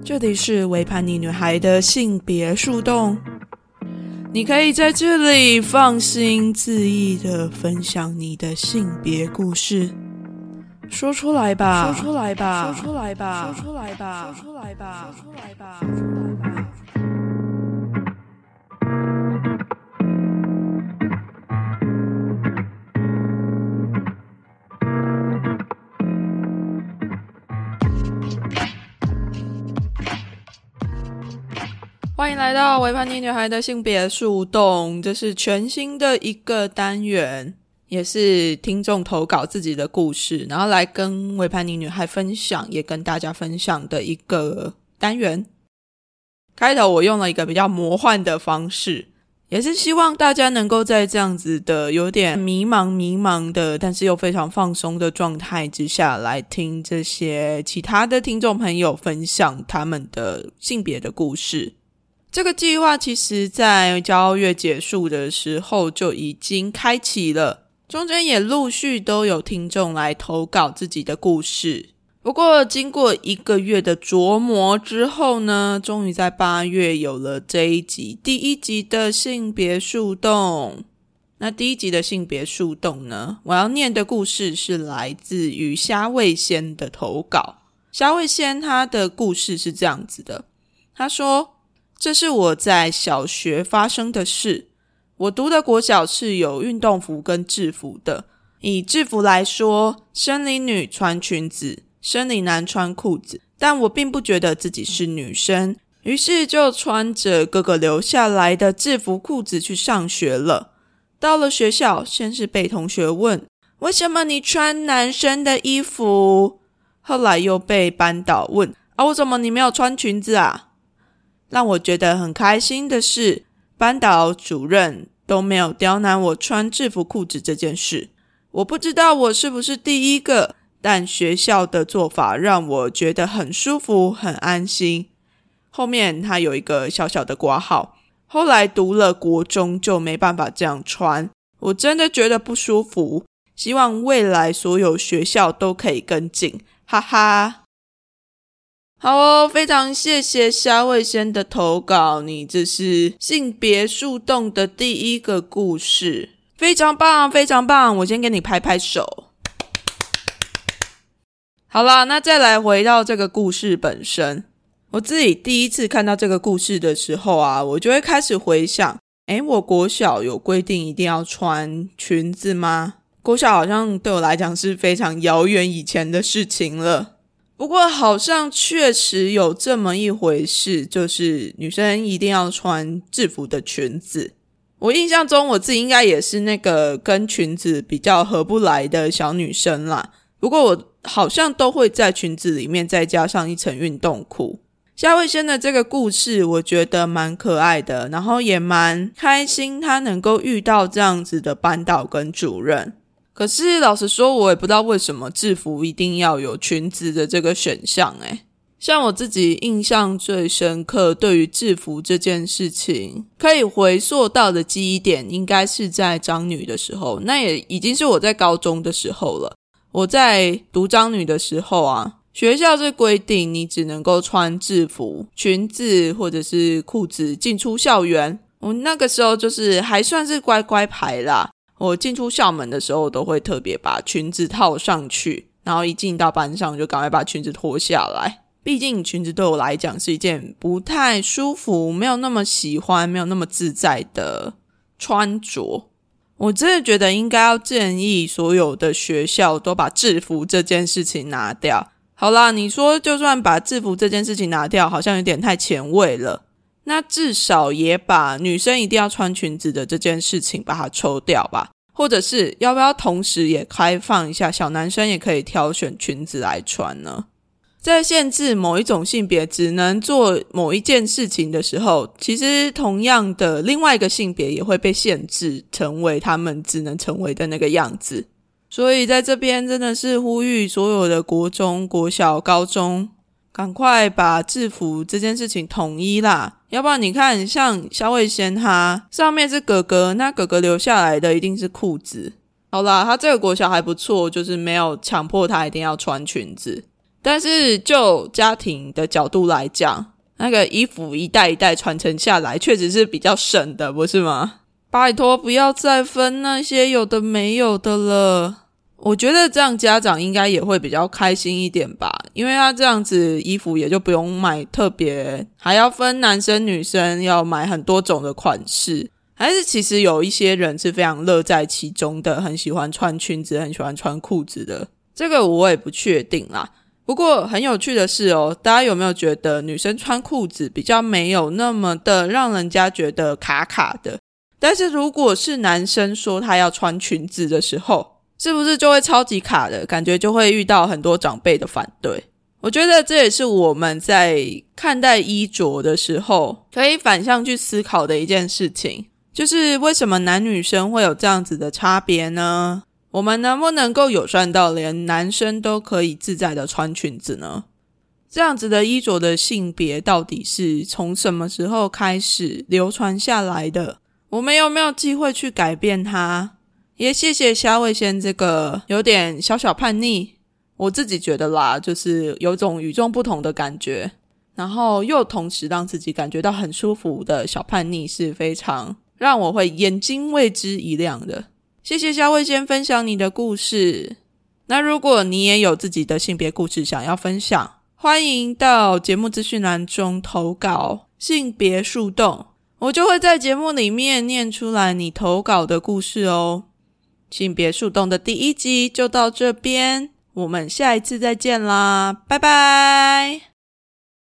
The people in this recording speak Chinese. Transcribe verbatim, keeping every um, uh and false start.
这里是为叛逆女孩的性别树洞，你可以在这里放心恣意的分享你的性别故事，说出来吧，说出来吧，说出来吧，说出来吧，说出来吧，说出来吧，说出来吧。欢迎来到为叛逆女孩的性别树洞，这是全新的一个单元，也是听众投稿自己的故事，然后来跟为叛逆女孩分享，也跟大家分享的一个单元。开头我用了一个比较魔幻的方式，也是希望大家能够在这样子的有点迷茫迷茫的但是又非常放松的状态之下来听这些其他的听众朋友分享他们的性别的故事。这个计划其实在骄傲月结束的时候就已经开启了，中间也陆续都有听众来投稿自己的故事。不过经过一个月的琢磨之后呢，终于在八月有了这一集第一集的性别树洞。那第一集的性别树洞呢，我要念的故事是来自于虾味仙的投稿。虾味仙他的故事是这样子的，他说，这是我在小学发生的事。我读的国小是有运动服跟制服的。以制服来说，生理女穿裙子，生理男穿裤子，但我并不觉得自己是女生，于是就穿着哥哥留下来的制服裤子去上学了。到了学校，先是被同学问，为什么你穿男生的衣服？后来又被班导问，啊，为什么你没有穿裙子啊？让我觉得很开心的是，班导主任都没有刁难我穿制服裤子这件事。我不知道我是不是第一个，但学校的做法让我觉得很舒服很安心。后面他有一个小小的括号，后来读了国中就没办法这样穿，我真的觉得不舒服，希望未来所有学校都可以跟进，哈哈。好哦，非常谢谢虾味仙的投稿，你这是性别树洞的第一个故事，非常棒非常棒，我先给你拍拍手。好啦，那再来回到这个故事本身。我自己第一次看到这个故事的时候啊，我就会开始回想，诶，我国小有规定一定要穿裙子吗？国小好像对我来讲是非常遥远以前的事情了。不过好像确实有这么一回事，就是女生一定要穿制服的裙子。我印象中我自己应该也是那个跟裙子比较合不来的小女生啦，不过我好像都会在裙子里面再加上一层运动裤。虾味仙的这个故事我觉得蛮可爱的，然后也蛮开心他能够遇到这样子的班导跟主任。可是老实说，我也不知道为什么制服一定要有裙子的这个选项诶。像我自己印象最深刻，对于制服这件事情可以回溯到的记忆点应该是在彰女的时候，那也已经是我在高中的时候了。我在读彰女的时候啊，学校是规定你只能够穿制服、裙子或者是裤子进出校园。我那个时候就是还算是乖乖牌啦，我进出校门的时候都会特别把裙子套上去，然后一进到班上就赶快把裙子脱下来。毕竟裙子对我来讲是一件不太舒服，没有那么喜欢，没有那么自在的穿着。我真的觉得应该要建议所有的学校都把制服这件事情拿掉。好啦，你说就算把制服这件事情拿掉，好像有点太前卫了，那至少也把女生一定要穿裙子的这件事情把它抽掉吧。或者是要不要同时也开放一下，小男生也可以挑选裙子来穿呢？在限制某一种性别只能做某一件事情的时候，其实同样的另外一个性别也会被限制成为他们只能成为的那个样子。所以在这边真的是呼吁所有的国中、国小、高中赶快把制服这件事情统一啦，要不然你看像虾味仙他上面是哥哥，那哥哥留下来的一定是裤子。好啦，他这个国小还不错，就是没有强迫他一定要穿裙子。 但是就家庭的角度来讲，那个衣服一代一代传承下来确实是比较省的，不是吗？拜托不要再分那些有的没有的了。我觉得这样家长应该也会比较开心一点吧，因为他这样子衣服也就不用买特别，还要分男生女生，要买很多种的款式。还是其实有一些人是非常乐在其中的，很喜欢穿裙子，很喜欢穿裤子的，这个我也不确定啦。不过很有趣的是哦，大家有没有觉得女生穿裤子比较没有那么的让人家觉得卡卡的，但是如果是男生说他要穿裙子的时候，是不是就会超级卡的感觉，就会遇到很多长辈的反对。我觉得这也是我们在看待衣着的时候可以反向去思考的一件事情，就是为什么男女生会有这样子的差别呢？我们能不能够友善到连男生都可以自在的穿裙子呢？这样子的衣着的性别到底是从什么时候开始流传下来的？我们有没有机会去改变它？也谢谢虾味先这个有点小小叛逆，我自己觉得啦，就是有种与众不同的感觉，然后又同时让自己感觉到很舒服的小叛逆，是非常让我会眼睛为之一亮的。谢谢虾味先分享你的故事。那如果你也有自己的性别故事想要分享，欢迎到节目资讯栏中投稿性别树洞，我就会在节目里面念出来你投稿的故事哦。性别树洞的第一集就到这边，我们下一次再见啦，拜拜。